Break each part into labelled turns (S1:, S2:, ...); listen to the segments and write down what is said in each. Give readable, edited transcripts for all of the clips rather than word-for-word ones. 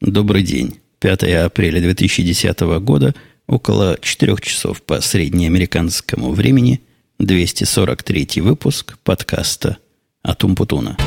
S1: Добрый день. 5 апреля 2010 года, около 4 часов по среднеамериканскому времени, 243 выпуск подкаста от Умпутуна.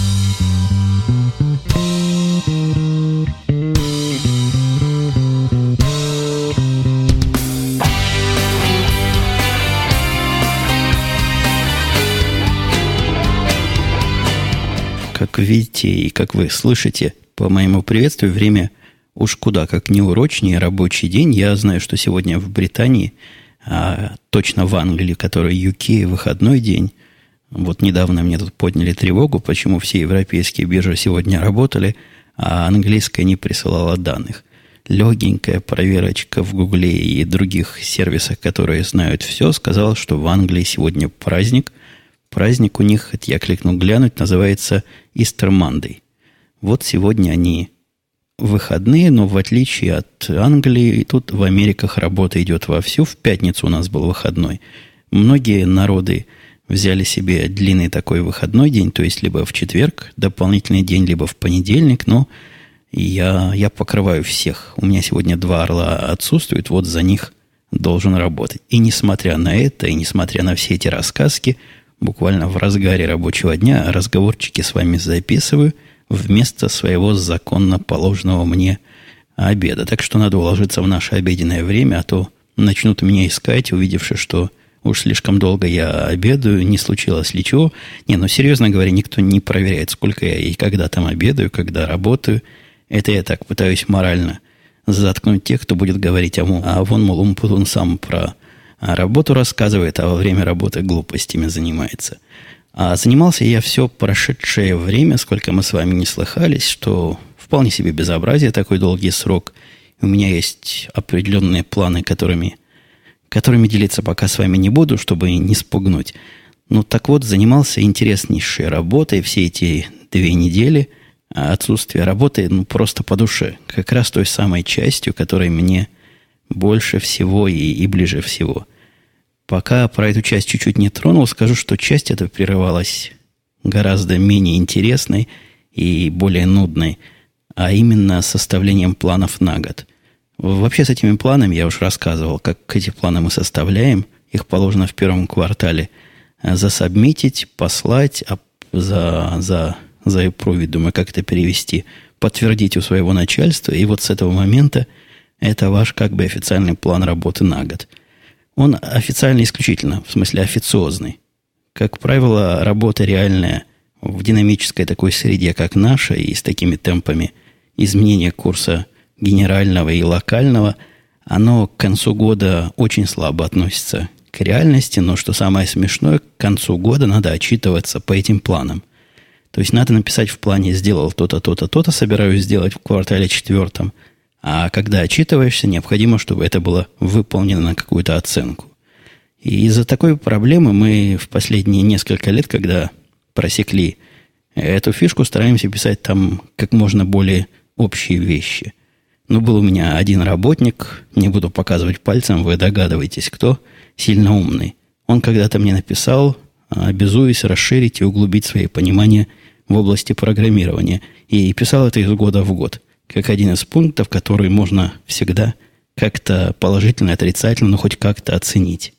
S1: Как видите и как вы слышите, по моему приветствию, время уж куда как неурочнее, рабочий день. Я знаю, что сегодня в Британии, точно в Англии, который UK, выходной день. Вот недавно мне тут подняли тревогу, почему все европейские биржи сегодня работали, а английская не присылала данных. Легенькая проверочка в Гугле и других сервисах, которые знают все, сказала, что в Англии сегодня праздник. Праздник у них, это я кликнул глянуть, называется Easter Monday. Вот сегодня они выходные, но в отличие от Англии, тут в Америках работа идет вовсю. В пятницу у нас был выходной. Многие народы взяли себе длинный такой выходной день, то есть либо в четверг дополнительный день, либо в понедельник, но я покрываю всех. У меня сегодня 2 орла отсутствуют, вот за них должен работать. И несмотря на это, и несмотря на все эти рассказки, буквально в разгаре рабочего дня разговорчики с вами записываю вместо своего законно положенного мне обеда. Так что надо уложиться в наше обеденное время, а то начнут меня искать, увидевши, что уж слишком долго я обедаю, не случилось ли чего. Серьезно говоря, никто не проверяет, сколько я и когда там обедаю, когда работаю. Это я так пытаюсь морально заткнуть тех, кто будет говорить, вон, мол, Умпутун сам про работу рассказывает, а во время работы глупостями занимается. А занимался я все прошедшее время, сколько мы с вами не слыхались, что вполне себе безобразие, такой долгий срок. У меня есть определенные планы, которыми делиться пока с вами не буду, чтобы не спугнуть. Так вот, занимался интереснейшей работой все эти 2 недели. А отсутствие работы просто по душе. Как раз той самой частью, которая мне больше всего и ближе всего. Пока про эту часть чуть-чуть не тронул, скажу, что часть эта прерывалась гораздо менее интересной и более нудной, а именно составлением планов на год. Вообще с этими планами я уж рассказывал, как эти планы мы составляем. Их положено в первом квартале засабмитить, послать, зааппровить, думаю, как это перевести, подтвердить у своего начальства. И вот с этого момента это ваш официальный план работы на год. Он официально исключительно, в смысле официозный. Как правило, работа реальная в динамической такой среде, как наша, и с такими темпами изменения курса генерального и локального, оно к концу года очень слабо относится к реальности, но что самое смешное, к концу года надо отчитываться по этим планам. То есть надо написать в плане «сделал то-то, то-то, то-то», собираюсь сделать в квартале 4, а когда отчитываешься, необходимо, чтобы это было выполнено на какую-то оценку. И из-за такой проблемы мы в последние несколько лет, когда просекли эту фишку, стараемся писать там как можно более общие вещи. Был у меня один работник, не буду показывать пальцем, вы догадываетесь, кто, сильно умный. Он когда-то мне написал, обязуясь расширить и углубить свои понимания в области программирования. И писал это из года в год, как один из пунктов, который можно всегда как-то положительно, отрицательно, но хоть как-то оценить.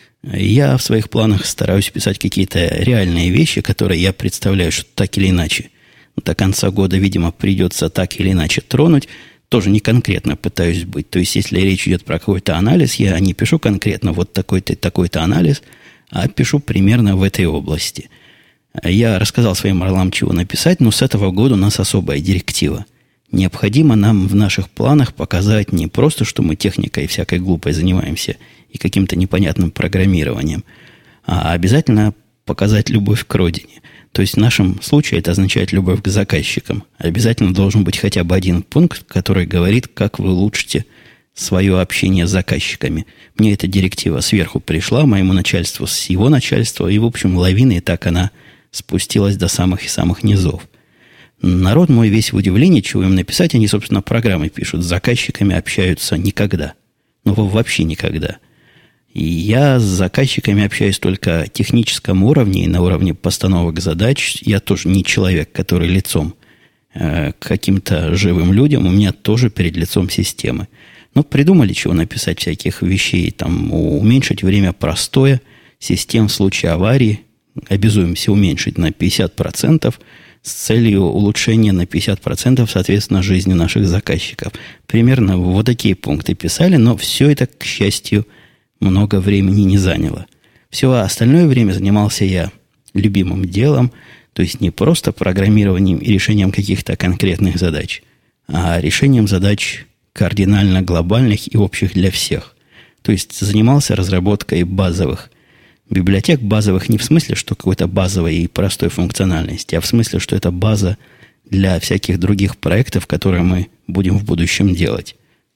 S1: Я в своих планах стараюсь писать какие-то реальные вещи, которые я представляю, что так или иначе до конца года, видимо, придется так или иначе тронуть. Тоже не конкретно пытаюсь быть. То есть, если речь идет про какой-то анализ, я не пишу конкретно вот такой-то, такой-то анализ, а пишу примерно в этой области. Я рассказал своим орлам, чего написать, но с этого года у нас особая директива. Необходимо нам в наших планах показать не просто, что мы техникой всякой глупой занимаемся и каким-то непонятным программированием, а обязательно показать любовь к родине. То есть в нашем случае это означает любовь к заказчикам. Обязательно должен быть хотя бы один пункт, который говорит, как вы улучшите свое общение с заказчиками. Мне эта директива сверху пришла, моему начальству с его начальства, и, в общем, лавиной так она спустилась до самых и самых низов. Народ мой весь в удивлении, чего им написать. Они, собственно, программы пишут. С заказчиками общаются никогда. Вообще никогда. И я с заказчиками общаюсь только на техническом уровне и на уровне постановок задач. Я тоже не человек, который лицом каким-то живым людям, у меня тоже перед лицом системы. Но придумали, чего написать всяких вещей, там, уменьшить время простоя систем в случае аварии, обязуемся уменьшить на 50% с целью улучшения на 50%, соответственно, жизни наших заказчиков. Примерно вот такие пункты писали, но все это, к счастью, много времени не заняло. Все остальное время занимался я любимым делом, то есть не просто программированием и решением каких-то конкретных задач, а решением задач кардинально глобальных и общих для всех. То есть занимался разработкой базовых библиотек, базовых не в смысле, что какой-то базовой и простой функциональности, а в смысле, что это база для всяких других проектов, которые мы будем в будущем делать.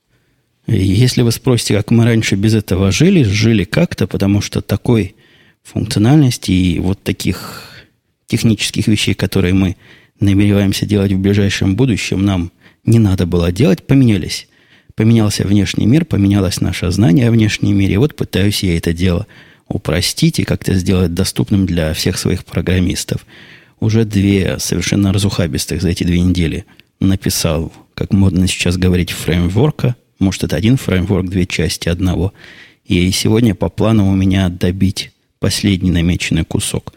S1: И если вы спросите, как мы раньше без этого жили как-то, потому что такой функциональности и вот таких технических вещей, которые мы намереваемся делать в ближайшем будущем, нам не надо было делать, поменялись. Поменялся внешний мир, поменялось наше знание о внешнем мире, и вот пытаюсь я это дело упростить и как-то сделать доступным для всех своих программистов. Уже 2 совершенно разухабистых за эти 2 недели написал, как модно сейчас говорить, фреймворка. Может, это один фреймворк, 2 части одного. И сегодня по плану у меня добить последний намеченный кусок.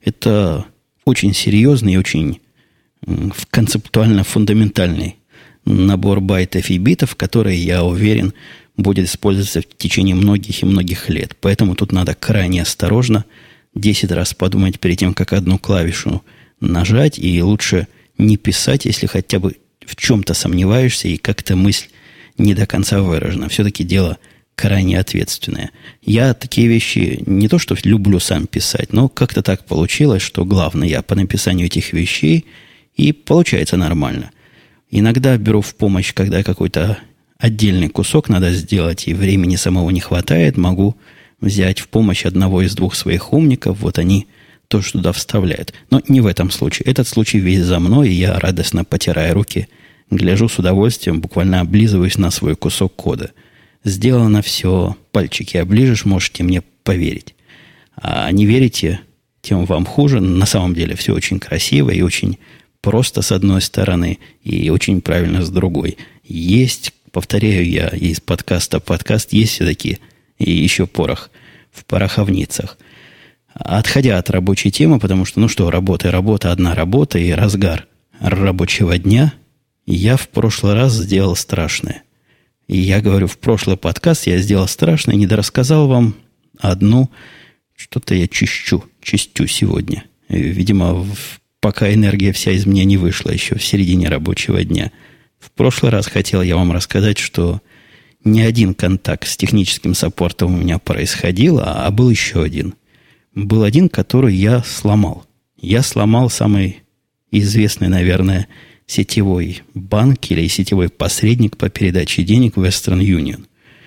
S1: Это очень серьезный и очень концептуально фундаментальный набор байтов и битов, которые, я уверен, будет использоваться в течение многих и многих лет. Поэтому тут надо крайне осторожно 10 раз подумать перед тем, как одну клавишу нажать, и лучше не писать, если хотя бы в чем-то сомневаешься и как-то мысль не до конца выражена. Все-таки дело крайне ответственное. Я такие вещи не то что люблю сам писать, но как-то так получилось, что главное я по написанию этих вещей, и получается нормально. Иногда беру в помощь, когда какой-то отдельный кусок надо сделать, и времени самого не хватает, могу взять в помощь одного из 2 своих умников, вот они тоже туда вставляют. Но не в этом случае. Этот случай весь за мной, и я, радостно потирая руки, гляжу с удовольствием, буквально облизываюсь на свой кусок кода. Сделано все, пальчики оближешь, можете мне поверить. А не верите, тем вам хуже. На самом деле все очень красиво и очень просто с одной стороны, и очень правильно с другой. Есть, повторяю я, из подкаста подкаст, есть все-таки и еще порох в пороховницах. Отходя от рабочей темы, потому что, работа, одна работа и разгар рабочего дня, я в прошлый раз сделал страшное. И я говорю, в прошлый подкаст я сделал страшное, недорассказал вам одну, что-то я чистю сегодня. Видимо, пока энергия вся из меня не вышла еще в середине рабочего дня. В прошлый раз хотел я вам рассказать, что не один контакт с техническим саппортом у меня происходил, а был еще один. Был один, который я сломал. Я сломал самый известный, наверное, сетевой банк или сетевой посредник по передаче денег Western Union.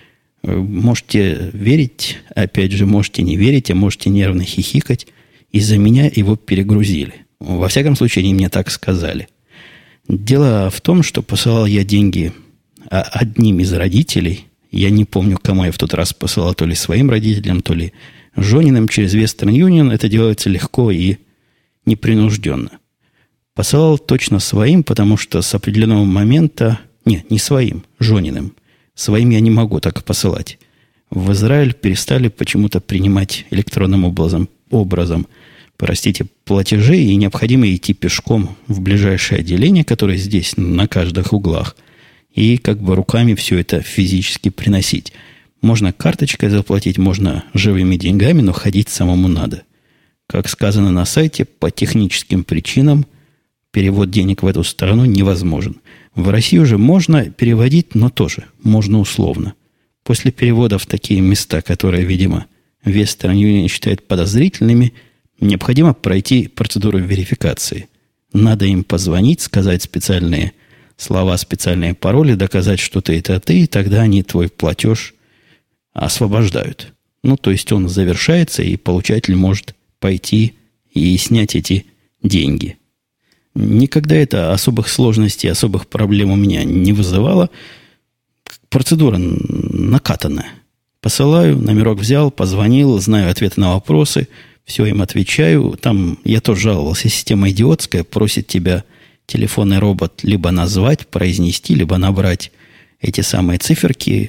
S1: Можете верить, опять же, можете не верить, а можете нервно хихикать. Из-за меня его перегрузили. Во всяком случае, они мне так сказали. Дело в том, что посылал я деньги одним из родителей. Я не помню, кому я в тот раз посылал, то ли своим родителям, то ли Жониным через Western Union. Это делается легко и непринужденно. Посылал точно своим, потому что с определенного момента... Не своим, Жониным. Своим я не могу так посылать. В Израиль перестали почему-то принимать электронным образом платежи, и необходимо идти пешком в ближайшее отделение, которое здесь на каждых углах, и как бы руками все это физически приносить. Можно карточкой заплатить, можно живыми деньгами, но ходить самому надо. Как сказано на сайте, по техническим причинам перевод денег в эту сторону невозможен. В Россию же можно переводить, но тоже можно условно. После перевода в такие места, которые, видимо, Western Union считает подозрительными, необходимо пройти процедуру верификации. Надо им позвонить, сказать специальные слова, специальные пароли, доказать, что ты это ты, и тогда они твой платеж освобождают. То есть он завершается, и получатель может пойти и снять эти деньги. Никогда это особых сложностей, особых проблем у меня не вызывало. Процедура накатанная. Посылаю, номерок взял, позвонил, знаю ответы на вопросы, все им отвечаю. Там я тоже жаловался, система идиотская, просит тебя телефонный робот либо назвать, произнести, либо набрать эти самые циферки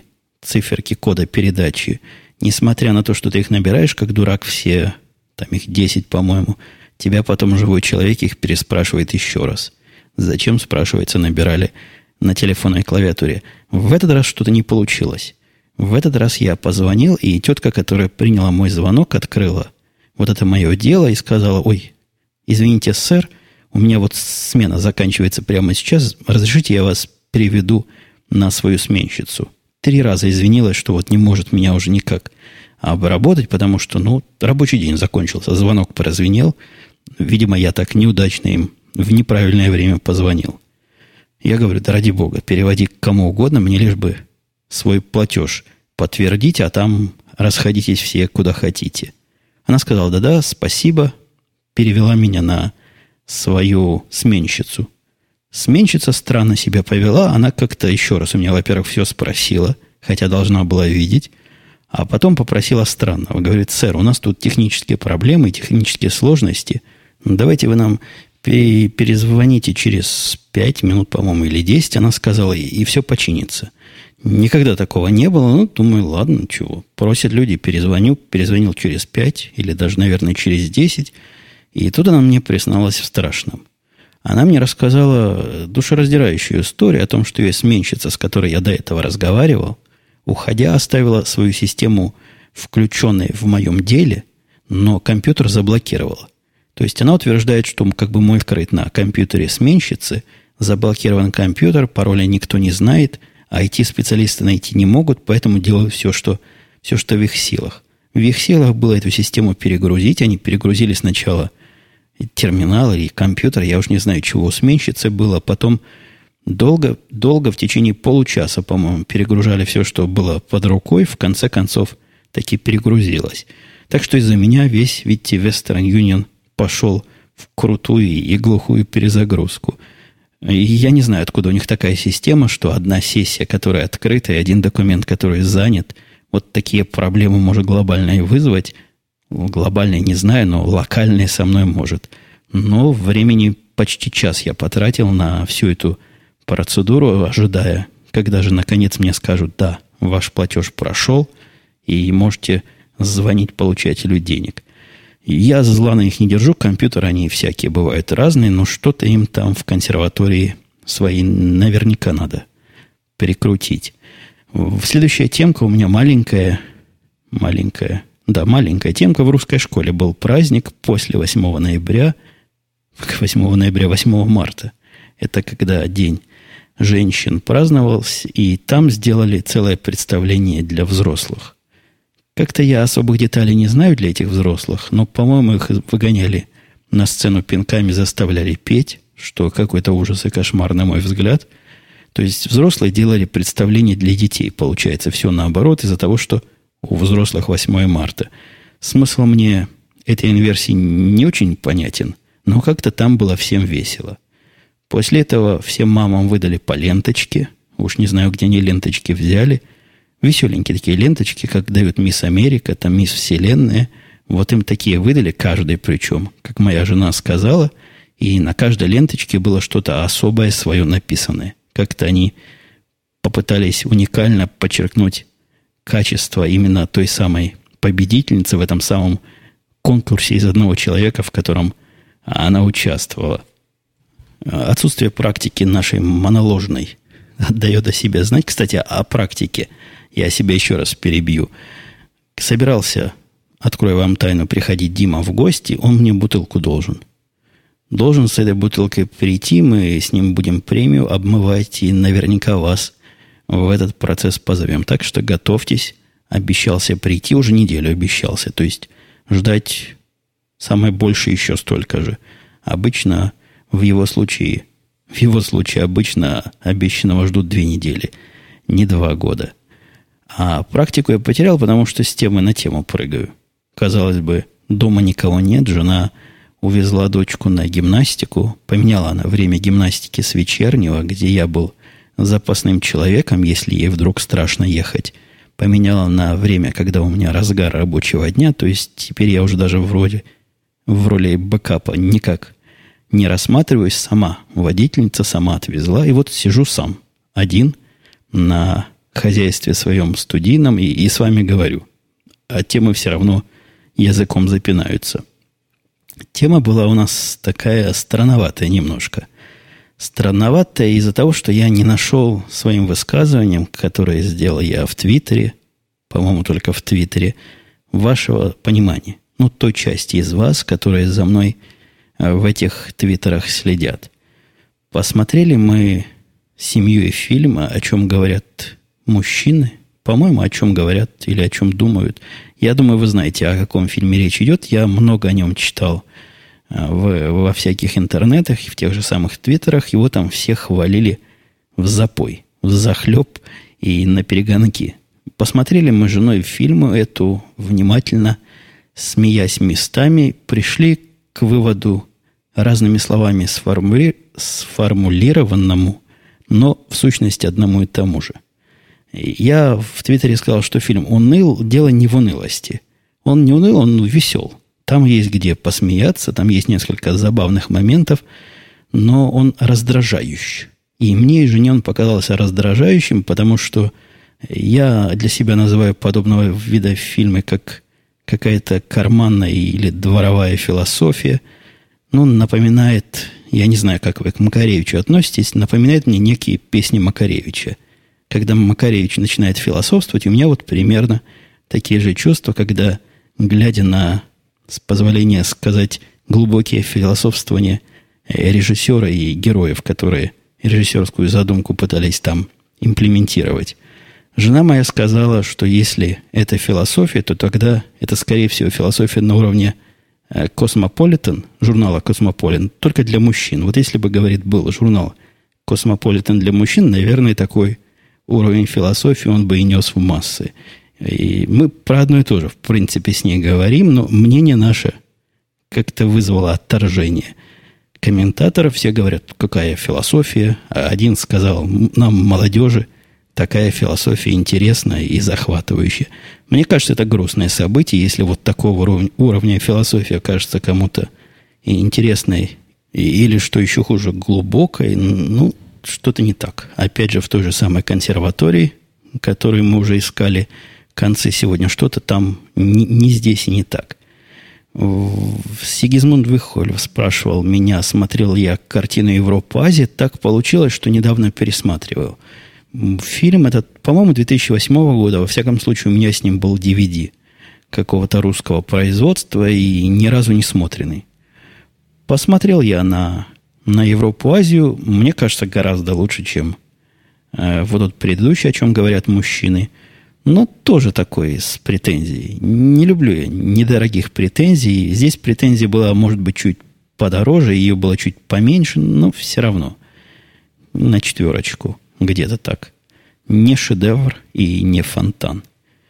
S1: кода передачи. Несмотря на то, что ты их набираешь, как дурак, все, там их 10, по-моему, тебя потом живой человек их переспрашивает еще раз. Зачем, спрашивается, набирали на телефонной клавиатуре? В этот раз что-то не получилось. В этот раз я позвонил, и тетка, которая приняла мой звонок, открыла вот это мое дело и сказала: ой, извините, сэр, у меня вот смена заканчивается прямо сейчас, разрешите я вас переведу на свою сменщицу. 3 раза извинилась, что вот не может меня уже никак обработать, потому что, рабочий день закончился, звонок прозвенел. Видимо, я так неудачно им в неправильное время позвонил. Я говорю: да ради бога, переводи к кому угодно, мне лишь бы свой платеж подтвердить, а там расходитесь все куда хотите. Она сказала: да-да, спасибо, перевела меня на свою сменщицу. Сменщица странно себя повела, она как-то еще раз у меня, во-первых, все спросила, хотя должна была видеть, а потом попросила странного. Говорит: сэр, у нас тут технические проблемы, технические сложности, давайте вы нам перезвоните через 5 минут, по-моему, или 10, она сказала, и все починится. Никогда такого не было. Думаю, ладно, чего. Просят люди, перезвонил через 5, или даже, наверное, через 10. И тут она мне призналась в страшном. Она мне рассказала душераздирающую историю о том, что ее сменщица, с которой я до этого разговаривал, уходя, оставила свою систему включенной в моем деле, но компьютер заблокировала. То есть она утверждает, что как бы мой открыт на компьютере сменщицы, заблокирован компьютер, пароля никто не знает, IT-специалисты найти не могут, поэтому делают все, что в их силах. В их силах было эту систему перегрузить. Они перегрузили сначала терминал или компьютер, я уж не знаю, чего у сменщицы было. Потом долго, в течение получаса, по-моему, перегружали все, что было под рукой. В конце концов, таки перегрузилось. Так что из-за меня весь, видите, Western Union пошел в крутую и глухую перезагрузку. И я не знаю, откуда у них такая система, что одна сессия, которая открыта, и один документ, который занят, вот такие проблемы может глобальные вызвать. Глобальные не знаю, но локальные со мной может. Но времени почти час я потратил на всю эту процедуру, ожидая, когда же наконец мне скажут: да, ваш платеж прошел, и можете звонить получателю денег. Я зла на них не держу, компьютеры они всякие бывают разные, но что-то им там в консерватории свои наверняка надо перекрутить. Следующая темка у меня маленькая темка. В русской школе был праздник после 8 ноября. 8 марта. Это когда День женщин праздновался, и там сделали целое представление для взрослых. Как-то я особых деталей не знаю для этих взрослых, но, по-моему, их выгоняли на сцену пинками, заставляли петь, что какой-то ужас и кошмар, на мой взгляд. То есть взрослые делали представление для детей. Получается, все наоборот из-за того, что у взрослых 8 марта. Смысл мне этой инверсии не очень понятен, но как-то там было всем весело. После этого всем мамам выдали по ленточке. Уж не знаю, где они ленточки взяли. Веселенькие такие ленточки, как дают Мисс Америка, там Мисс Вселенная. Вот им такие выдали, каждый причем, как моя жена сказала. И на каждой ленточке было что-то особое свое написанное. Как-то они попытались уникально подчеркнуть качество именно той самой победительницы в этом самом конкурсе из одного человека, в котором она участвовала. Отсутствие практики нашей моноложной дает о себе знать. Кстати, о практике я себя еще раз перебью. Собирался, открою вам тайну, приходить Дима в гости, он мне бутылку должен. Должен с этой бутылкой прийти, мы с ним будем премию обмывать, и наверняка вас в этот процесс позовем. Так что готовьтесь. Обещался прийти, уже неделю обещался. То есть ждать самое большее еще столько же. Обычно в его случае обычно обещанного ждут 2 недели, не 2 года. А практику я потерял, потому что с темы на тему прыгаю. Казалось бы, дома никого нет, жена увезла дочку на гимнастику, поменяла она время гимнастики с вечернего, где я был запасным человеком, если ей вдруг страшно ехать, поменяла на время, когда у меня разгар рабочего дня, то есть теперь я уже даже в роли бэкапа никак не рассматриваюсь, сама водительница, сама отвезла. И вот сижу сам, один, на хозяйстве своем студийном и с вами говорю. А темы все равно языком запинаются. Тема была у нас такая странноватая немножко. Странноватая из-за того, что я не нашел своим высказыванием, которое сделал я в Твиттере, по-моему, только в Твиттере, вашего понимания. Ну, той части из вас, которые за мной в этих твиттерах следят. Посмотрели мы с семьей фильм, о чем говорят мужчины. По-моему, о чем говорят или о чем думают. Я думаю, вы знаете, о каком фильме речь идет. Я много о нем читал во всяких интернетах и в тех же самых твиттерах. Его там все хвалили в запой, в захлеб и на перегонки. Посмотрели мы с женой фильму эту внимательно, смеясь местами, пришли к выводу разными словами сформулированному, но в сущности одному и тому же. Я в Твиттере сказал, что фильм уныл. Дело не в унылости. Он не уныл, он весел. Там есть где посмеяться, там есть несколько забавных моментов, но он раздражающий. И мне и жене он показался раздражающим, потому что я для себя называю подобного вида фильмы как какая-то карманная или дворовая философия. Ну, напоминает, я не знаю, как вы к Макаревичу относитесь, напоминает мне некие песни Макаревича. Когда Макаревич начинает философствовать, у меня вот примерно такие же чувства, когда, глядя на, с позволения сказать, глубокие философствования режиссера и героев, которые режиссерскую задумку пытались там имплементировать. Жена моя сказала, что если это философия, то тогда это, скорее всего, философия на уровне Cosmopolitan, журнала Cosmopolitan, только для мужчин. Вот если бы, говорит, был журнал Cosmopolitan для мужчин, наверное, такой уровень философии он бы и нес в массы. И мы про одно и то же, в принципе, с ней говорим, но мнение наше как-то вызвало отторжение. Комментаторы все говорят, какая философия. А один сказал, нам, молодежи, такая философия интересная и захватывающая. Мне кажется, это грустное событие, если вот такого уровня философия кажется кому-то интересной или, что еще хуже, глубокой. Ну, что-то не так. Опять же, в той же самой консерватории, которую мы уже искали концы сегодня, что-то там не здесь и не так. Сигизмунд Вихольф спрашивал меня, смотрел я картину Европа-Азия. Так получилось, что недавно пересматривал. Фильм этот, по-моему, 2008 года. Во всяком случае, у меня с ним был DVD какого-то русского производства и ни разу не смотренный. Посмотрел я на Европу-Азию. Мне кажется, гораздо лучше, чем вот тот предыдущий, о чем говорят мужчины. Но тоже такой с претензией. Не люблю я недорогих претензий. Здесь претензия была, может быть, чуть подороже, ее было чуть поменьше, но все равно на 4. Где-то так. Не шедевр и не фонтан.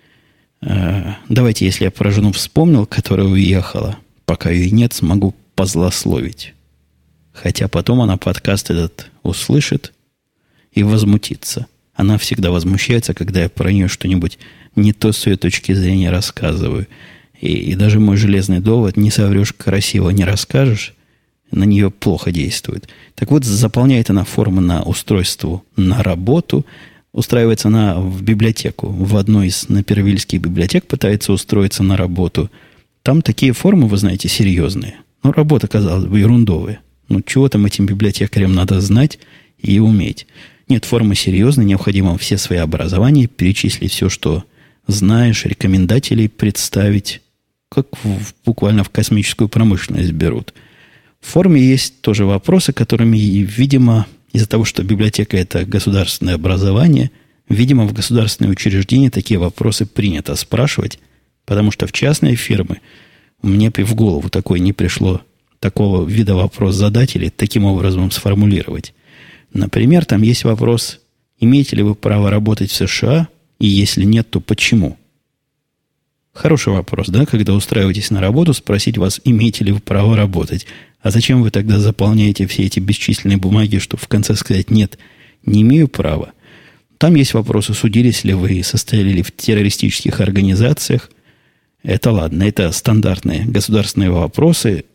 S1: Давайте, если я про жену вспомнил, которая уехала, пока ее нет, смогу позлословить. Хотя потом она подкаст этот услышит и возмутится. Она всегда возмущается, когда я про нее что-нибудь не то с ее точки зрения рассказываю. И даже мой железный довод «не соврешь, красиво не расскажешь» на нее плохо действует. Так вот, заполняет она формы на устройство на работу, устраивается она в библиотеку. В одной из напервильских библиотек пытается устроиться на работу. Там такие формы, вы знаете, серьезные. Но работа, казалось бы, ерундовая. Ну, чего там этим библиотекарям надо знать и уметь? Нет, формы серьезные, необходимо все свои образования перечислить, все, что знаешь, рекомендателей представить, как буквально в космическую промышленность берут. В форме есть тоже вопросы, которыми, видимо, из-за того, что библиотека – это государственное образование, видимо, в государственные учреждения такие вопросы принято спрашивать, потому что в частные фирмы мне в голову такое не пришло, такого вида вопрос задать или таким образом сформулировать. Например, там есть вопрос, имеете ли вы право работать в США, и если нет, то почему? Хороший вопрос, да, когда устраиваетесь на работу, спросить вас, имеете ли вы право работать. А зачем вы тогда заполняете все эти бесчисленные бумаги, чтобы в конце сказать «нет, не имею права»? Там есть вопросы, судились ли вы, состояли ли в террористических организациях. Это ладно, это стандартные государственные вопросы.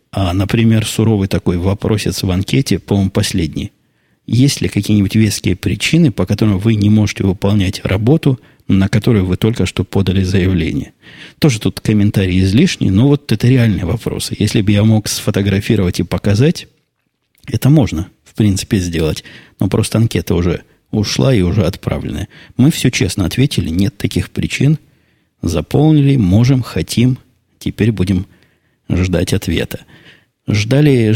S1: А, например, суровый такой вопросец в анкете, по-моему, последний. Есть ли какие-нибудь веские причины, по которым вы не можете выполнять работу, на которую вы только что подали заявление? Тоже тут комментарий излишний, но вот это реальные вопросы. Если бы я мог сфотографировать и показать, это можно, в принципе, сделать. Но просто анкета уже ушла и уже отправлена. Мы все честно ответили, нет таких причин. Заполнили, можем, хотим. Теперь будем ждать ответа. Ждали.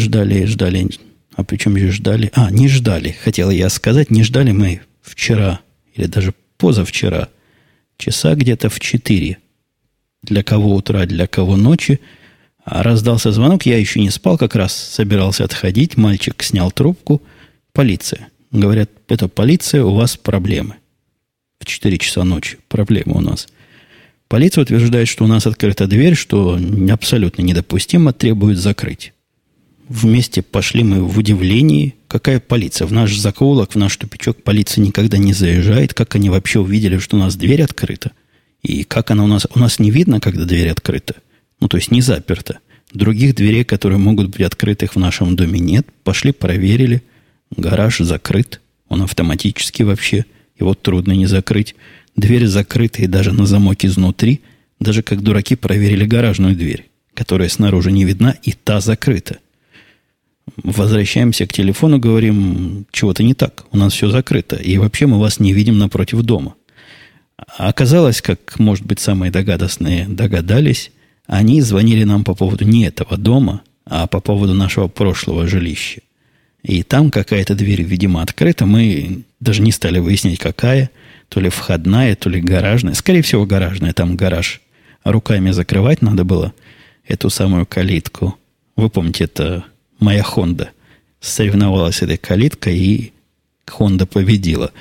S1: А причем же ждали? Не ждали, хотел я сказать. Не ждали мы вчера или даже позавчера. Часа где-то в 4. Для кого утра, для кого ночи. Раздался звонок. Я еще не спал, как раз собирался отходить. Мальчик снял трубку. Полиция. Говорят, это полиция, у вас проблемы. В 4 часа ночи проблемы у нас. Полиция утверждает, что у нас открыта дверь, что абсолютно недопустимо, требует закрыть. Вместе пошли мы в удивлении. Какая полиция? В наш закоулок, в наш тупичок полиция никогда не заезжает. Как они вообще увидели, что у нас дверь открыта? И как она у нас... У нас не видно, когда дверь открыта. То есть не заперта. Других дверей, которые могут быть открытых в нашем доме, нет. Пошли, проверили. Гараж закрыт. Он автоматически вообще. Его трудно не закрыть. Дверь закрыта и даже на замок изнутри. Даже как дураки проверили гаражную дверь, которая снаружи не видна, и та закрыта. Возвращаемся к телефону, говорим, чего-то не так, у нас все закрыто, и вообще мы вас не видим напротив дома. А оказалось, как, может быть, самые догадочные догадались, они звонили нам по поводу не этого дома, а по поводу нашего прошлого жилища. И там какая-то дверь, видимо, открыта, мы даже не стали выяснять, какая, то ли входная, то ли гаражная, скорее всего, гаражная, там гараж. Руками закрывать надо было эту самую калитку. Вы помните, это... Моя Honda соревновалась с этой калиткой, и Honda победила.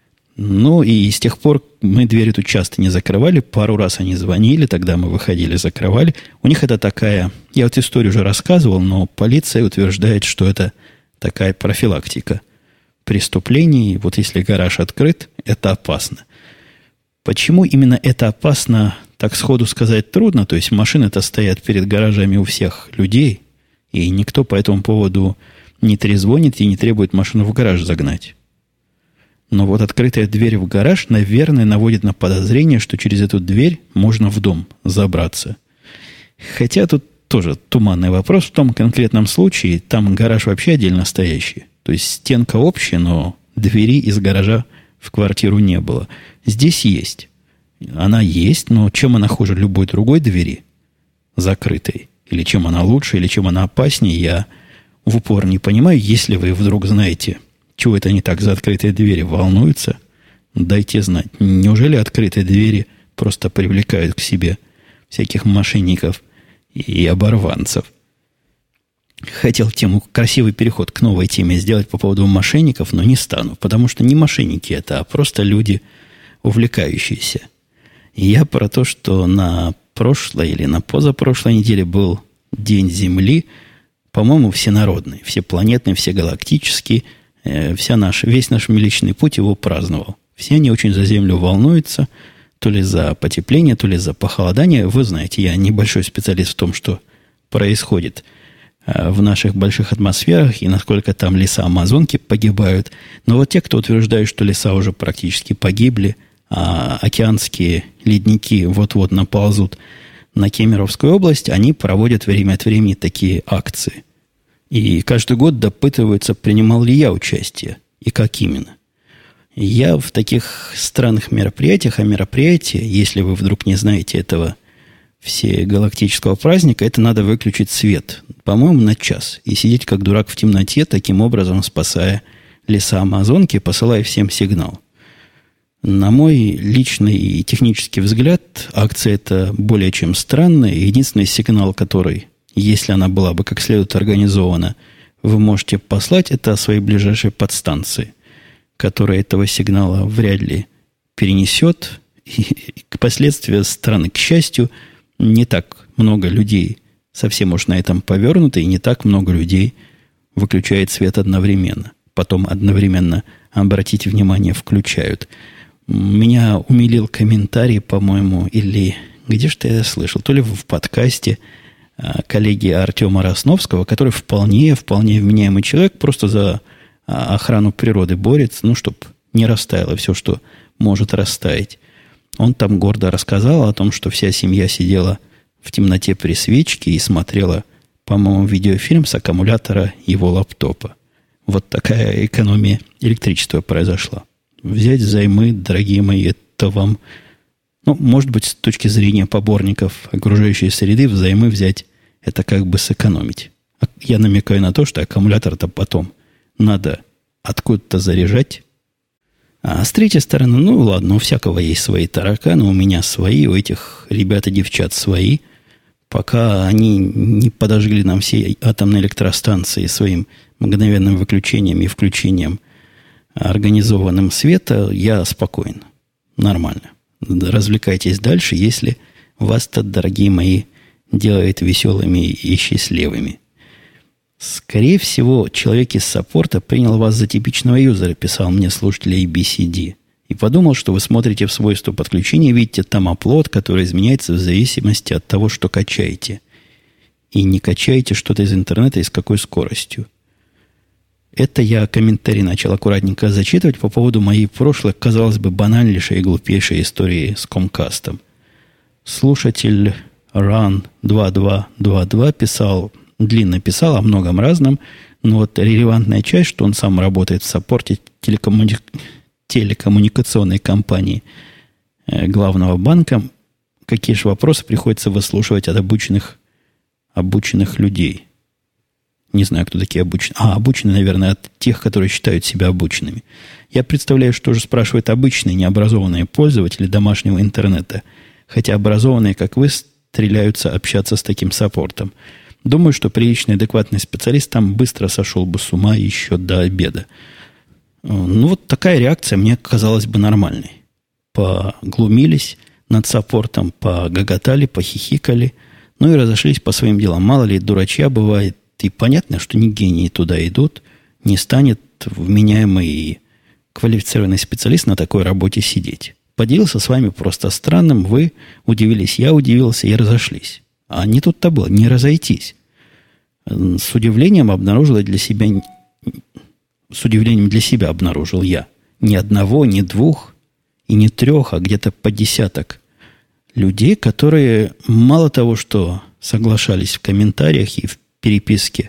S1: И с тех пор мы дверь эту часто не закрывали. Пару раз они звонили, тогда мы выходили, закрывали. У них это такая... Я вот историю уже рассказывал, но полиция утверждает, что это такая профилактика преступлений. Вот если гараж открыт, это опасно. Почему именно это опасно, так сходу сказать трудно. То есть машины-то стоят перед гаражами у всех людей, и никто по этому поводу не трезвонит и не требует машину в гараж загнать. Но вот открытая дверь в гараж, наверное, наводит на подозрение, что через эту дверь можно в дом забраться. Хотя тут тоже туманный вопрос. В том конкретном случае там гараж вообще отдельно стоящий. То есть стенка общая, но двери из гаража в квартиру не было. Здесь есть. Она есть, но чем она хуже любой другой двери закрытой? Или чем она лучше, или чем она опаснее, я в упор не понимаю. Если вы вдруг знаете, чего это не так за открытые двери волнуются, дайте знать. Неужели открытые двери просто привлекают к себе всяких мошенников и оборванцев? Хотел тему, красивый переход к новой теме сделать по поводу мошенников, но не стану, потому что не мошенники это, а просто люди, увлекающиеся. И я про то, что на прошлой или на позапрошлой неделе был День Земли, по-моему, всенародный, всепланетный, всегалактический, весь наш Млечный Путь его праздновал. Все они очень за Землю волнуются, то ли за потепление, то ли за похолодание. Вы знаете, я небольшой специалист в том, что происходит в наших больших атмосферах и насколько там леса Амазонки погибают. Но вот те, кто утверждают, что леса уже практически погибли, а океанские ледники вот-вот наползут на Кемеровскую область, они проводят время от времени такие акции. И каждый год допытываются, принимал ли я участие и как именно. Я в таких странных мероприятиях, а мероприятие, если вы вдруг не знаете этого всегалактического праздника, это надо выключить свет, по-моему, на час, и сидеть как дурак в темноте, таким образом спасая леса Амазонки, посылая всем сигнал. На мой личный и технический взгляд, акция эта более чем странная. Единственный сигнал, который, если она была бы как следует организована, вы можете послать, это своей ближайшей подстанции, которая этого сигнала вряд ли перенесет. И последствия странны. К счастью, не так много людей совсем уж на этом повернуто, и не так много людей выключает свет одновременно. Потом одновременно, обратите внимание, включают. Меня умилил комментарий, по-моему, или где же-то я слышал, то ли в подкасте коллеги Артема Росновского, который вполне вменяемый человек, просто за охрану природы борется, ну, чтобы не растаяло все, что может растаять. Он там гордо рассказал о том, что вся семья сидела в темноте при свечке и смотрела, по-моему, видеофильм с аккумулятора его лаптопа. Вот такая экономия электричества произошла. Взять взаймы, дорогие мои, это вам... Ну, может быть, с точки зрения поборников окружающей среды, взаймы взять, это как бы сэкономить. Я намекаю на то, что аккумулятор-то потом надо откуда-то заряжать. А с третьей стороны, ну ладно, у всякого есть свои тараканы, у меня свои, у этих ребят и девчат свои. Пока они не подожгли нам все атомные электростанции своим мгновенным выключением и включением организованным света, я спокоен. Нормально. Развлекайтесь дальше, если вас-то, дорогие мои, делает веселыми и счастливыми. Скорее всего, человек из саппорта принял вас за типичного юзера, писал мне слушатель ABCD, и подумал, что вы смотрите в свойства подключения и видите там upload, который изменяется в зависимости от того, что качаете. И не качаете что-то из интернета и с какой скоростью. Это я комментарий начал аккуратненько зачитывать по поводу моей прошлой, казалось бы, банальнейшей и глупейшей истории с Комкастом. Слушатель Run2222 писал, длинно писал о многом разном, но вот релевантная часть, что он сам работает в саппорте телекоммуникационной компании главного банка, какие же вопросы приходится выслушивать от обученных людей. Не знаю, кто такие обученные. Обученные, наверное, от тех, которые считают себя обученными. Я представляю, что же спрашивают обычные необразованные пользователи домашнего интернета. Хотя образованные, как вы, стреляются общаться с таким саппортом. Думаю, что приличный, адекватный специалист там быстро сошел бы с ума еще до обеда. Ну, вот такая реакция мне казалась бы нормальной. Поглумились над саппортом, погоготали, похихикали, ну и разошлись по своим делам. Мало ли, дурачья бывает. И понятно, что не гении туда идут, не станет вменяемый и квалифицированный специалист на такой работе сидеть. Поделился с вами просто странным, вы удивились, я удивился и разошлись. А не тут-то было, не разойтись. С удивлением для себя обнаружил я. Ни одного, ни двух и не трех, а где-то по десяток людей, которые мало того, что соглашались в комментариях и в переписке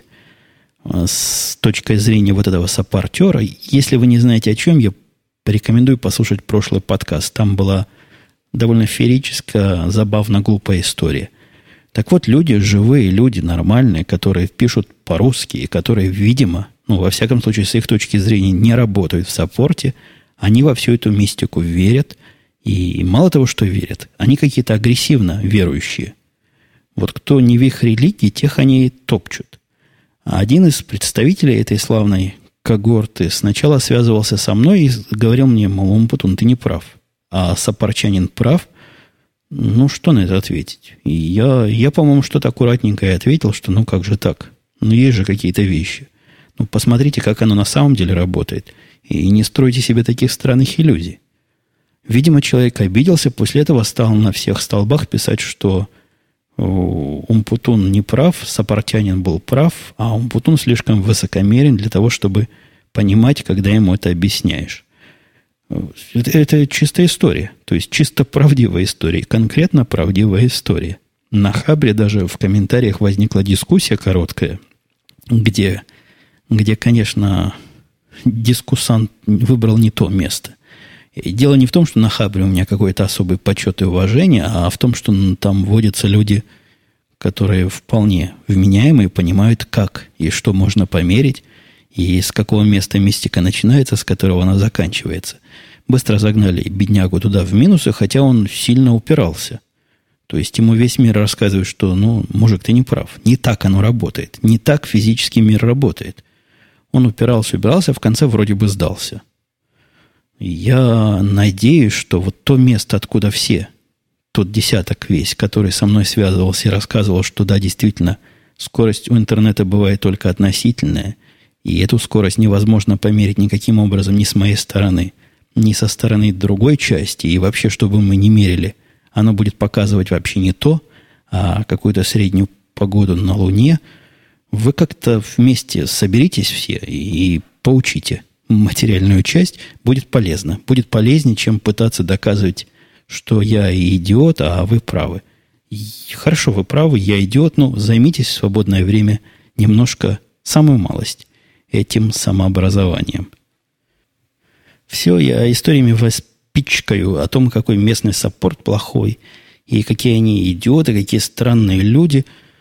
S1: с точки зрения вот этого саппортера. Если вы не знаете, о чем, я порекомендую послушать прошлый подкаст. Там была довольно феерическая, забавно глупая история. Так вот, люди, живые люди, нормальные, которые пишут по-русски, и которые, видимо, ну, во всяком случае, с их точки зрения, не работают в саппорте, они во всю эту мистику верят. И мало того, что верят, они какие-то агрессивно верующие. Вот кто не в их религии, тех они топчут. А один из представителей этой славной когорты сначала связывался со мной и говорил мне, мол, Умпутун, ты не прав. А саппорчанин прав. Ну, что на это ответить? И я, по-моему, что-то аккуратненько и ответил, что ну как же так? Ну, есть же какие-то вещи. Ну, посмотрите, как оно на самом деле работает. И не стройте себе таких странных иллюзий. Видимо, человек обиделся, после этого стал на всех столбах писать, что Умпутун не прав, саппортянин был прав, а Умпутун слишком высокомерен для того, чтобы понимать, когда ему это объясняешь. Это чистая история, то есть чисто правдивая история, конкретно правдивая история. На Хабре даже в комментариях возникла дискуссия короткая, где конечно, дискуссант выбрал не то место. И дело не в том, что на Хабре у меня какой-то особый почет и уважение, а в том, что там водятся люди, которые вполне вменяемые, понимают, как и что можно померить, и с какого места мистика начинается, с которого она заканчивается. Быстро загнали беднягу туда в минусы, хотя он сильно упирался. То есть ему весь мир рассказывает, что, ну, мужик, ты не прав. Не так оно работает. Не так физический мир работает. Он упирался, в конце вроде бы сдался. Я надеюсь, что вот то место, откуда все, тот десяток весь, который со мной связывался и рассказывал, что да, действительно, скорость у интернета бывает только относительная, и эту скорость невозможно померить никаким образом ни с моей стороны, ни со стороны другой части, и вообще, чтобы мы не мерили, оно будет показывать вообще не то, а какую-то среднюю погоду на Луне, вы как-то вместе соберитесь все и поучите материальную часть. Будет полезно. Будет полезнее, чем пытаться доказывать, что я идиот, а вы правы. И хорошо, вы правы, я идиот, но займитесь в свободное время немножко, самую малость, этим самообразованием. Все, я историями вас пичкаю о том, какой местный саппорт плохой, и какие они идиоты, какие странные люди.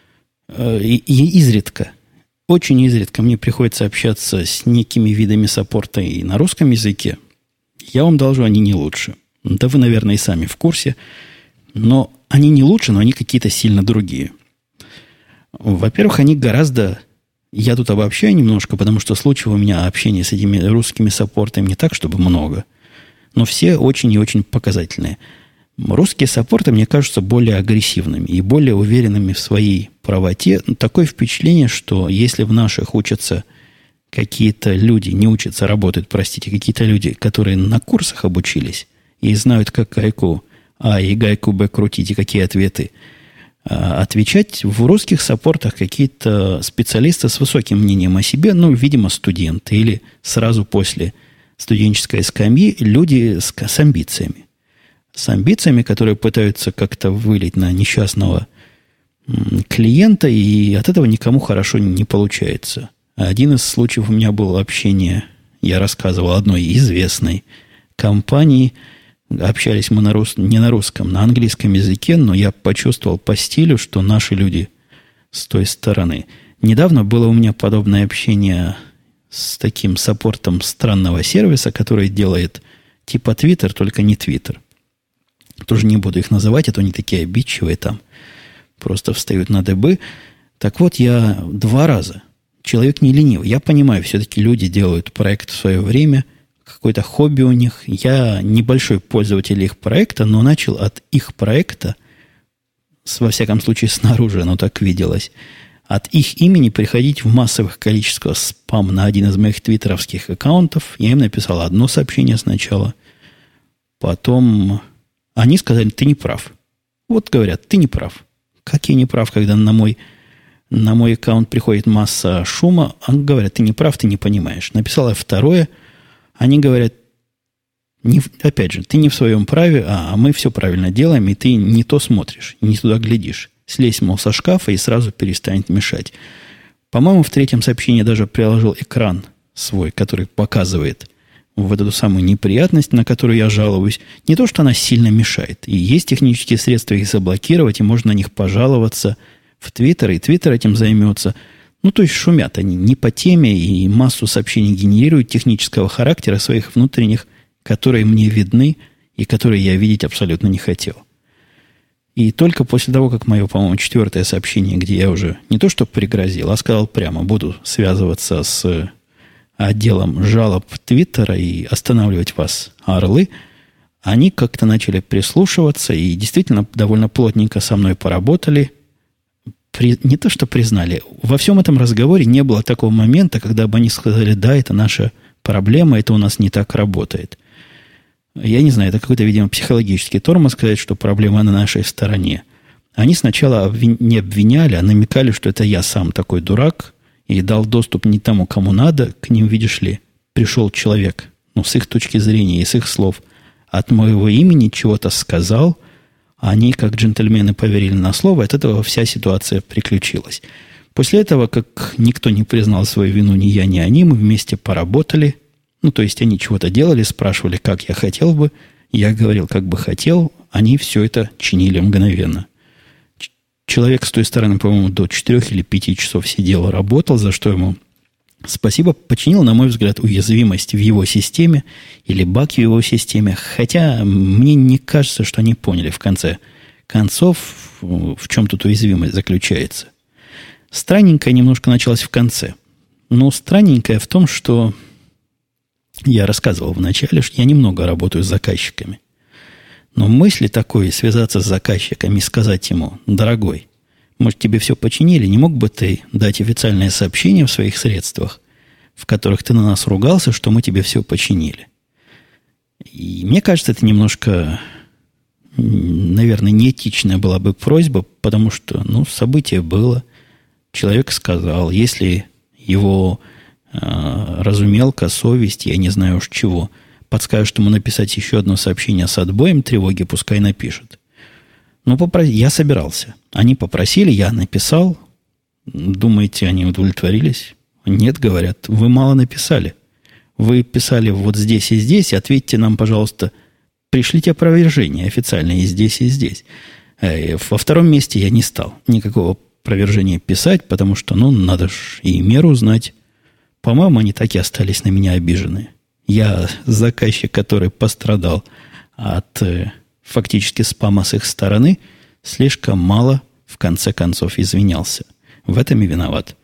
S1: И изредка, очень изредка мне приходится общаться с некими видами саппорта и на русском языке. Я вам должу, они не лучше. Да вы, наверное, и сами в курсе. Но они не лучше, но они какие-то сильно другие. Во-первых, они гораздо... Я тут обобщаю немножко, потому что случаев у меня общения с этими русскими саппортами не так, чтобы много. Но все очень и очень показательные. Русские саппорты, мне кажутся, более агрессивными и более уверенными в своей правоте. Такое впечатление, что если в наших учатся какие-то люди, не учатся, работают, простите, какие-то люди, которые на курсах обучились и знают, как гайку А и гайку Б крутить, и какие ответы отвечать, в русских саппортах какие-то специалисты с высоким мнением о себе, ну, видимо, студенты или сразу после студенческой скамьи люди с амбициями. С амбициями, которые пытаются как-то вылить на несчастного клиента, и от этого никому хорошо не получается. Один из случаев у меня было общение, я рассказывал, одной известной компании. Общались мы не на русском, на английском языке, но я почувствовал по стилю, что наши люди с той стороны. Недавно было у меня подобное общение с таким саппортом странного сервиса, который делает типа Twitter, только не Twitter. Тоже не буду их называть, а то они такие обидчивые там. Просто встают на дыбы. Так вот, я 2 раза. Человек не ленивый. Я понимаю, все-таки люди делают проект в свое время, какое-то хобби у них. Я небольшой пользователь их проекта, но начал от их проекта, во всяком случае снаружи оно так виделось, от их имени приходить в массовых количествах спам на один из моих твиттеровских аккаунтов. Я им написал одно сообщение сначала. Потом они сказали, ты не прав. Вот говорят, ты не прав. Как я не прав, когда на мой аккаунт приходит масса шума? Они говорят, ты не прав, ты не понимаешь. Написал я второе. Они говорят, опять же, ты не в своем праве, а мы все правильно делаем, и ты не то смотришь, не туда глядишь. Слезь, мол, со шкафа и сразу перестанет мешать. По-моему, в 3-м сообщении даже приложил экран свой, который показывает вот эту самую неприятность, на которую я жалуюсь. Не то, что она сильно мешает. И есть технические средства их заблокировать, и можно на них пожаловаться в Твиттер, и Твиттер этим займется. Ну, то есть шумят они не по теме и массу сообщений генерируют технического характера своих внутренних, которые мне видны и которые я видеть абсолютно не хотел. И только после того, как мое, по-моему, 4-е сообщение, где я уже не то что пригрозил, а сказал прямо, буду связываться с отделом жалоб Твиттера и останавливать вас, орлы, они как-то начали прислушиваться и действительно довольно плотненько со мной поработали. Не то что признали, во всем этом разговоре не было такого момента, когда бы они сказали, да, это наша проблема, это у нас не так работает. Я не знаю, это какой-то, видимо, психологический тормоз сказать, что проблема на нашей стороне. Они сначала не обвиняли, а намекали, что это я сам такой дурак и дал доступ не тому, кому надо. К ним, видишь ли, пришел человек, ну, с их точки зрения и с их слов, от моего имени чего-то сказал, а они, как джентльмены, поверили на слово, от этого вся ситуация приключилась. После этого, как никто не признал свою вину, ни я, ни они, мы вместе поработали. Ну, то есть, они чего-то делали, спрашивали, как я хотел бы. Я говорил, как бы хотел. Они все это чинили мгновенно. Человек с той стороны, по-моему, до 4 или 5 часов сидел, работал, за что ему спасибо. Починил, на мой взгляд, уязвимость в его системе или баг в его системе. Хотя мне не кажется, что они поняли в конце концов, в чем тут уязвимость заключается. Странненькое немножко началось в конце. Но странненькое в том, что я рассказывал вначале, что я немного работаю с заказчиками. Но мысли такой, связаться с заказчиком и сказать ему, дорогой, может, тебе все починили, не мог бы ты дать официальное сообщение в своих средствах, в которых ты на нас ругался, что мы тебе все починили. И мне кажется, это немножко, наверное, неэтичная была бы просьба, потому что, ну, событие было. человек сказал, если его разумелка, совесть, я не знаю уж чего, подскажет ему написать еще одно сообщение с отбоем тревоги, пускай напишет. Ну, я собирался. Они попросили, я написал. Думаете, они удовлетворились? Нет, говорят, вы мало написали. Вы писали вот здесь и здесь, ответьте нам, пожалуйста, пришлите опровержение официальное и здесь, и здесь. Во втором месте я не стал никакого опровержения писать, потому что, надо ж и меру знать. По-моему, они так и остались на меня обиженные. Я заказчик, который пострадал от фактически спама с их стороны, слишком мало, в конце концов, извинялся. В этом и виноват.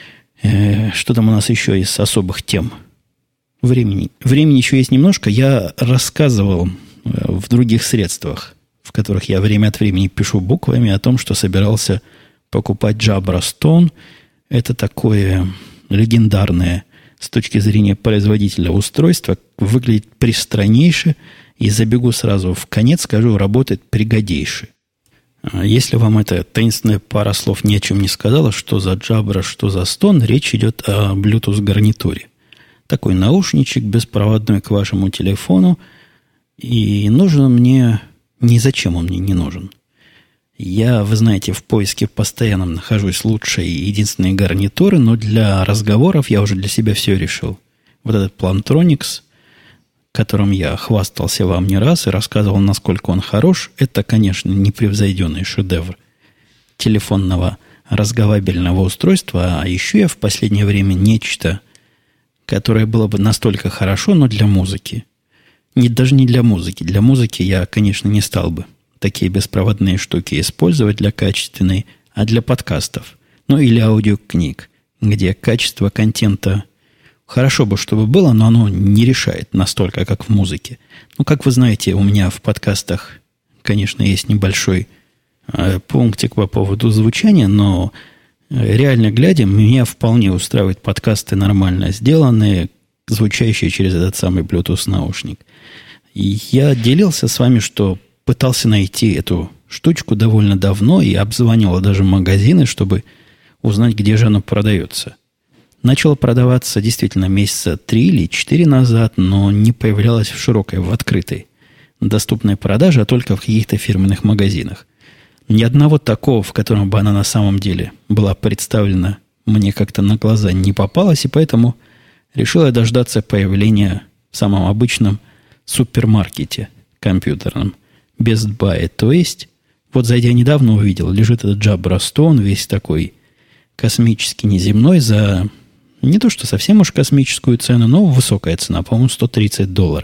S1: Что там у нас еще из особых тем? Времени еще есть немножко. Я рассказывал в других средствах, в которых я время от времени пишу буквами, о том, что собирался покупать Jabra Stone. Это такое легендарное с точки зрения производителя устройство. Выглядит пристраннейше. И забегу сразу в конец, скажу, работает пригодейше. Если вам эта таинственная пара слов ни о чем не сказала, что за Jabra, что за Stone, речь идет о Bluetooth-гарнитуре. Такой наушничек беспроводной к вашему телефону. И нужен он мне... Ни зачем он мне не нужен. Я, вы знаете, в поиске постоянно нахожусь лучшей и единственной гарнитуры, но для разговоров я уже для себя все решил. Вот этот Plantronics, которым я хвастался вам не раз и рассказывал, насколько он хорош, это, конечно, непревзойденный шедевр телефонного разговабельного устройства, а еще я в последнее время нечто, которое было бы настолько хорошо, но для музыки. Даже не для музыки. Для музыки я, конечно, не стал бы такие беспроводные штуки использовать для качественной, а для подкастов. Или аудиокниг, где качество контента хорошо бы, чтобы было, но оно не решает настолько, как в музыке. Как вы знаете, у меня в подкастах, конечно, есть небольшой пунктик по поводу звучания, но реально глядя, меня вполне устраивают подкасты нормально сделанные, звучащие через этот самый Bluetooth-наушник. И я делился с вами, что пытался найти эту штучку довольно давно и обзванивал даже магазины, чтобы узнать, где же оно продается. Начало продаваться действительно месяца 3 или 4 назад, но не появлялось в широкой, в открытой доступной продаже, а только в каких-то фирменных магазинах. Ни одного такого, в котором бы она на самом деле была представлена, мне как-то на глаза не попалось, и поэтому решил я дождаться появления в самом обычном супермаркете компьютерном Best Buy. То есть, вот зайдя недавно увидел, лежит этот Jabra Stone, весь такой космический, неземной, за не то что совсем уж космическую цену, но высокая цена, по-моему, $130.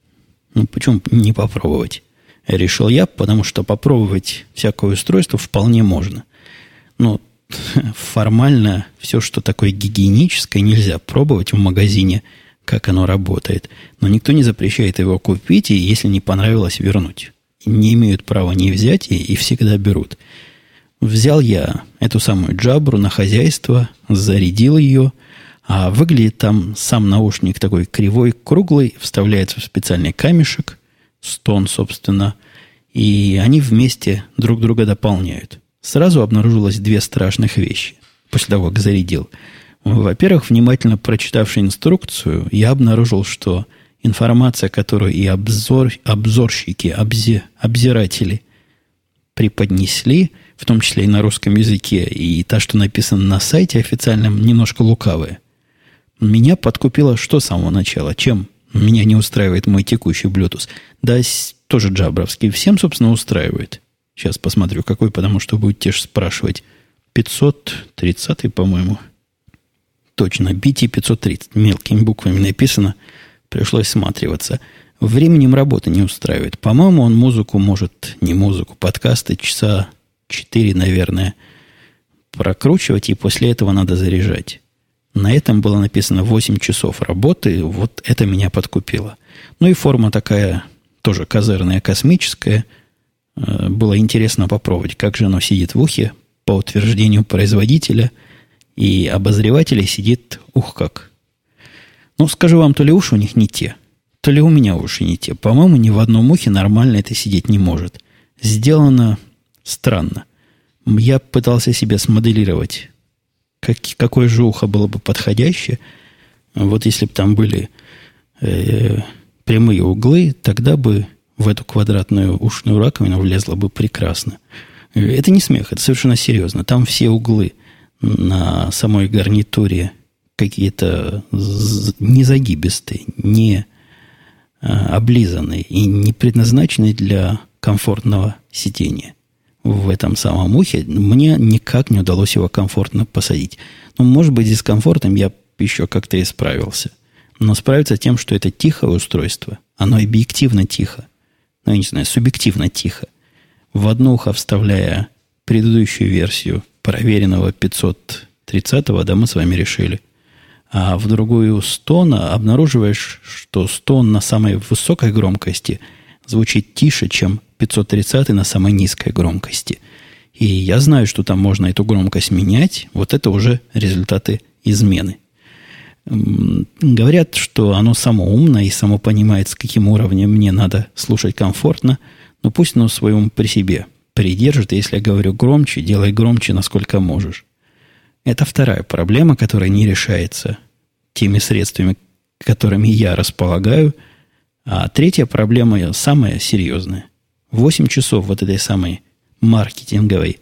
S1: Почему не попробовать? Решил я, потому что попробовать всякое устройство вполне можно. Но формально все, что такое гигиеническое, нельзя пробовать в магазине, как оно работает. Но никто не запрещает его купить, и если не понравилось, вернуть. Не имеют права не взять, и всегда берут. Взял я эту самую Jabra на хозяйство, зарядил ее, а выглядит там сам наушник такой кривой, круглый, вставляется в специальный камешек, Stone, собственно, и они вместе друг друга дополняют. Сразу обнаружилось две страшных вещи после того, как зарядил. Во-первых, внимательно прочитавши инструкцию, я обнаружил, что информация, которую и обзорщики, обзиратели преподнесли, в том числе и на русском языке, и та, что написано на сайте официальном, немножко лукавая. Меня подкупило что с самого начала? Чем меня не устраивает мой текущий Bluetooth? Да, тоже джабровский. Всем, собственно, устраивает. Сейчас посмотрю, какой, потому что будете же спрашивать. 530, по-моему. Точно, BT 530. Мелкими буквами написано. Пришлось всматриваться. Временем работы не устраивает. По-моему, он музыку может, не музыку, подкасты часа 4, наверное, прокручивать, и после этого надо заряжать. На этом было написано 8 часов работы. Вот это меня подкупило. И форма такая, тоже козырная, космическая. Было интересно попробовать, как же оно сидит в ухе. По утверждению производителя и обозревателя сидит ух как. Скажу вам, то ли уши у них не те, то ли у меня уши не те. По-моему, ни в одном ухе нормально это сидеть не может. Сделано странно. Я пытался себе смоделировать какое же ухо было бы подходящее. Вот если бы там были прямые углы, тогда бы в эту квадратную ушную раковину влезло бы прекрасно. Это не смех, это совершенно серьезно. Там все углы на самой гарнитуре какие-то не загибистые, не облизанные и не предназначенные для комфортного сидения. В этом самом ухе мне никак не удалось его комфортно посадить. Ну, может быть, с дискомфортом я еще как-то исправился. Но справиться тем, что это тихое устройство, оно объективно тихо. Ну, я не знаю, субъективно тихо. В одно ухо вставляя предыдущую версию проверенного 530-го, да, мы с вами решили. А в другую стона обнаруживаешь, что стон на самой высокой громкости звучит тише, чем 530 на самой низкой громкости. И я знаю, что там можно эту громкость менять. Вот это уже результаты измены. Говорят, что оно само умное и само понимает, с каким уровнем мне надо слушать комфортно. Но пусть оно своему при себе придержит. Если я говорю громче, делай громче, насколько можешь. Это вторая проблема, которая не решается теми средствами, которыми я располагаю. А третья проблема самая серьезная. 8 часов вот этой самой маркетинговой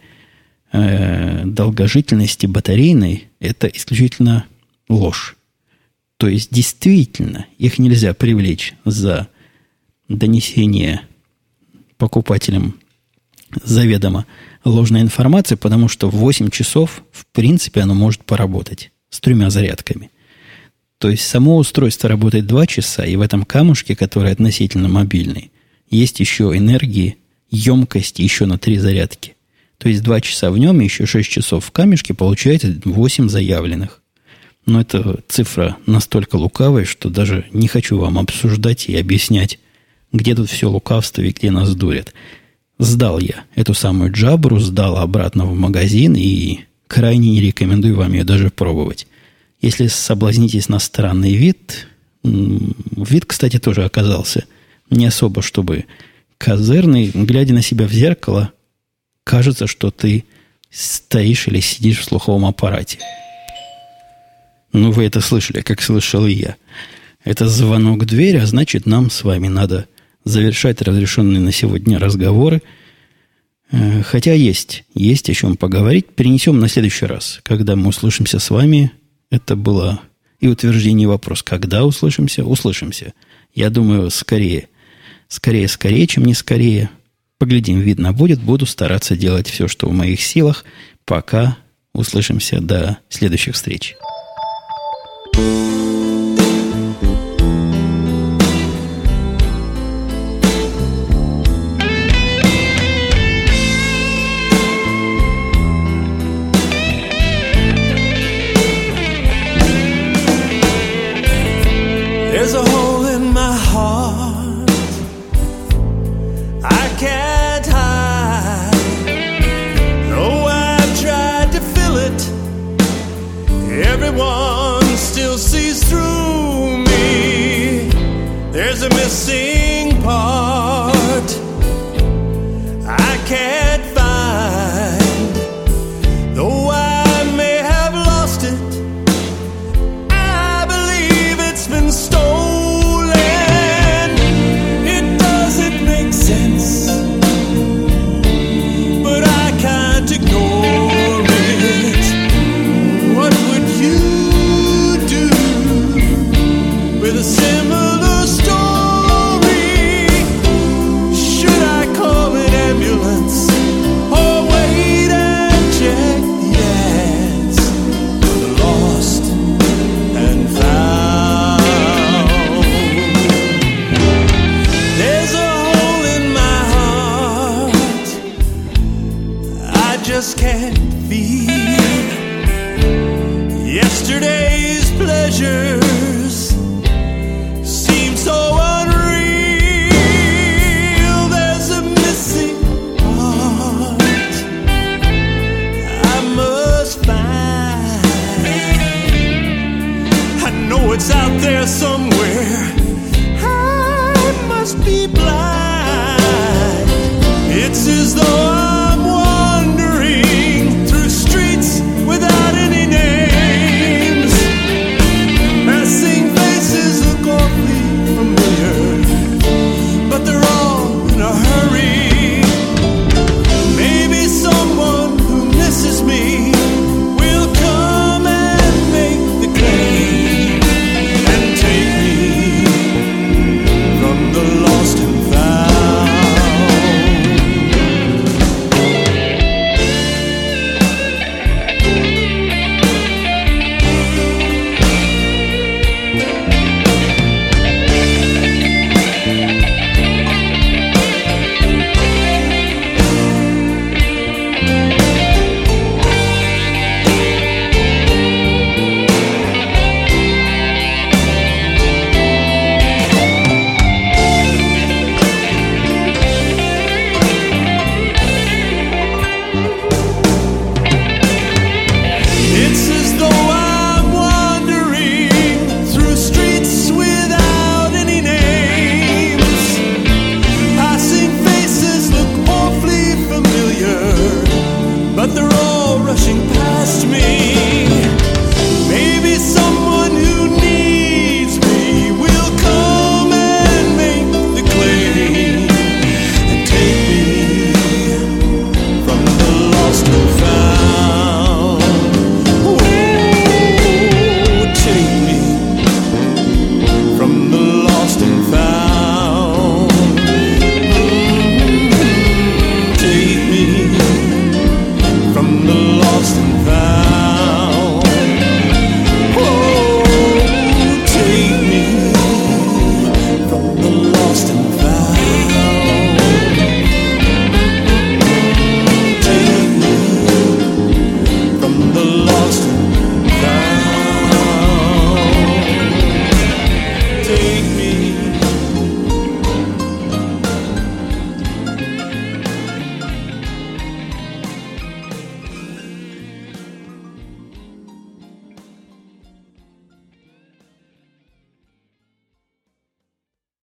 S1: долгожительности батарейной – это исключительно ложь. То есть, действительно, их нельзя привлечь за донесение покупателям заведомо ложной информации, потому что в 8 часов, в принципе, оно может поработать с 3 зарядками. То есть, само устройство работает 2 часа, и в этом камушке, который относительно мобильный, есть еще энергии, емкости еще на 3 зарядки. То есть, 2 часа в нем и еще 6 часов в камешке, получается 8 заявленных. Но эта цифра настолько лукавая, что даже не хочу вам обсуждать и объяснять, где тут все лукавство и где нас дурят. Сдал я эту самую джабру, сдал обратно в магазин и крайне не рекомендую вам ее даже пробовать. Если соблазнитесь на странный вид, вид, кстати, тоже оказался не особо, чтобы козырный, глядя на себя в зеркало, кажется, что ты стоишь или сидишь в слуховом аппарате. Ну, вы это слышали, как слышал и я. Это звонок в дверь, а значит, нам с вами надо завершать разрешенные на сегодня разговоры. Хотя есть о чем поговорить. Перенесем на следующий раз, когда мы услышимся с вами. Это было и утверждение, и вопрос. Когда услышимся? Услышимся. Я думаю, скорее, чем не скорее. Поглядим, видно будет. Буду стараться делать все, что в моих силах. Пока услышимся. До следующих встреч.
S2: There's a hole in my heart I can't hide. Though I've tried to fill it, everyone